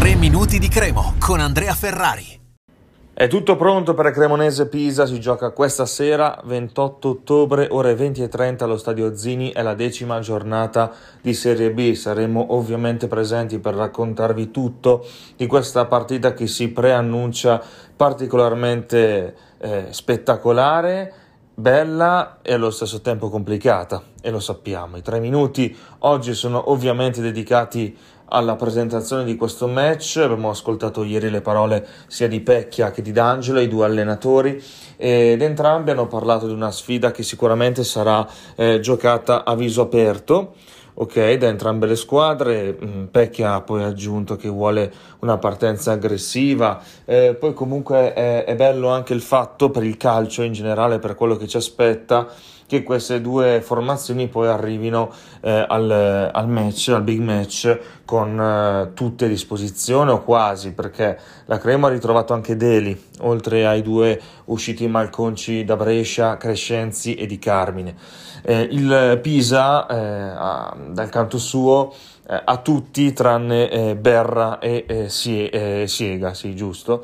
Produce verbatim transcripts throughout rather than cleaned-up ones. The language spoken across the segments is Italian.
tre minuti di Cremo con Andrea Ferrari. È tutto pronto per Cremonese-Pisa, si gioca questa sera, ventotto ottobre, ore venti e trenta allo Stadio Zini, è la decima giornata di Serie B. Saremo ovviamente presenti per raccontarvi tutto di questa partita che si preannuncia particolarmente eh, spettacolare, bella e allo stesso tempo complicata, e lo sappiamo. I tre minuti oggi sono ovviamente dedicati alla presentazione di questo match. Abbiamo ascoltato ieri le parole sia di Pecchia che di D'Angelo, i due allenatori, ed entrambi hanno parlato di una sfida che sicuramente sarà eh, giocata a viso aperto, ok, da entrambe le squadre. Pecchia ha poi aggiunto che vuole una partenza aggressiva, eh, poi comunque è, è bello anche il fatto, per il calcio in generale, per quello che ci aspetta, che queste due formazioni poi arrivino eh, al, al match, al big match, con eh, tutte a disposizione o quasi, perché la Cremo ha ritrovato anche Deli, oltre ai due usciti malconci da Brescia, Crescenzi e Di Carmine. Eh, il Pisa eh, ha, dal canto suo eh, ha tutti tranne eh, Berra e eh, Sie, eh, Siega, sì, giusto.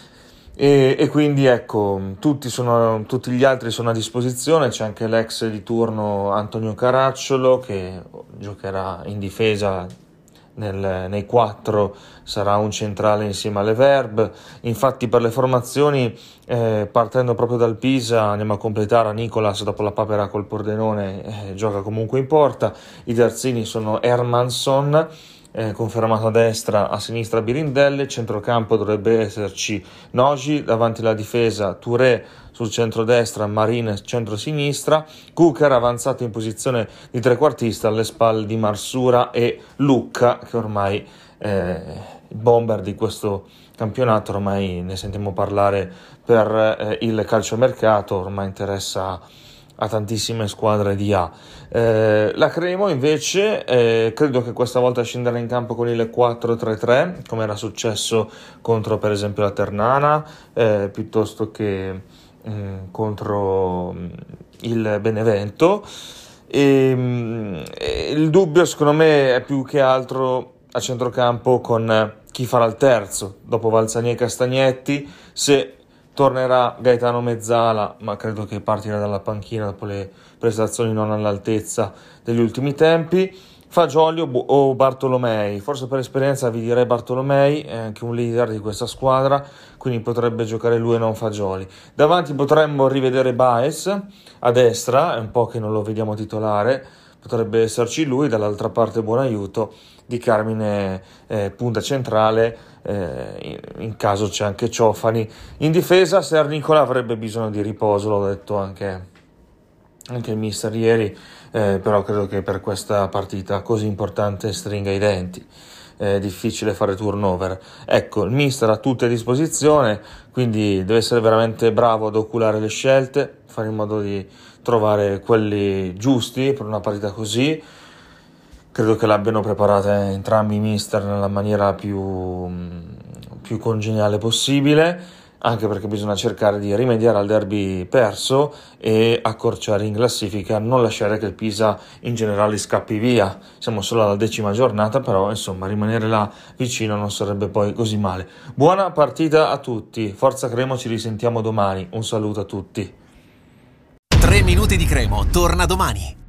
E, e quindi ecco, tutti, sono, tutti gli altri sono a disposizione. C'è anche l'ex di turno Antonio Caracciolo, che giocherà in difesa nel, nei quattro, sarà un centrale insieme alle Verb. Infatti per le formazioni, eh, partendo proprio dal Pisa, andiamo a completare a Nicolas dopo la papera col Pordenone, eh, gioca comunque in porta. I terzini sono Hermansson, Eh, confermato a destra, a sinistra Birindelle, centrocampo dovrebbe esserci Nogi, davanti alla difesa Touré, sul centro-destra Marines, centro-sinistra, Cuker avanzato in posizione di trequartista alle spalle di Marsura e Lucca, che ormai eh, il bomber di questo campionato, ormai ne sentiamo parlare per eh, il calciomercato, ormai interessa a tantissime squadre di A. Eh, la Cremo invece eh, credo che questa volta scenderà in campo con il quattro tre tre, come era successo contro per esempio la Ternana, eh, piuttosto che mh, contro mh, il Benevento. E, mh, il dubbio secondo me è più che altro a centrocampo con chi farà il terzo dopo Valzani e Castagnetti, se tornerà Gaetano Mezzala, ma credo che partirà dalla panchina dopo le prestazioni non all'altezza degli ultimi tempi. Fagioli o Bartolomei, forse per esperienza vi direi Bartolomei, è anche un leader di questa squadra, quindi potrebbe giocare lui e non Fagioli. Davanti potremmo rivedere Baez, a destra, è un po' che non lo vediamo titolare, potrebbe esserci lui. Dall'altra parte buon aiuto Di Carmine, eh, punta centrale, eh, in, in caso c'è anche Ciofani. In difesa Ser Nicola avrebbe bisogno di riposo, l'ho detto anche, anche il mister ieri, eh, però credo che per questa partita così importante stringa i denti. È difficile fare turnover. Ecco, il mister ha tutte a disposizione, quindi deve essere veramente bravo ad oculare le scelte, fare in modo di trovare quelli giusti per una partita così. Credo che l'abbiano preparata entrambi i mister nella maniera più, più congeniale possibile, anche perché bisogna cercare di rimediare al derby perso e accorciare in classifica, non lasciare che il Pisa in generale scappi via. Siamo solo alla decima giornata, però insomma rimanere là vicino non sarebbe poi così male. Buona partita a tutti, Forza Cremo, ci risentiamo domani, un saluto a tutti. tre minuti di Cremo torna domani.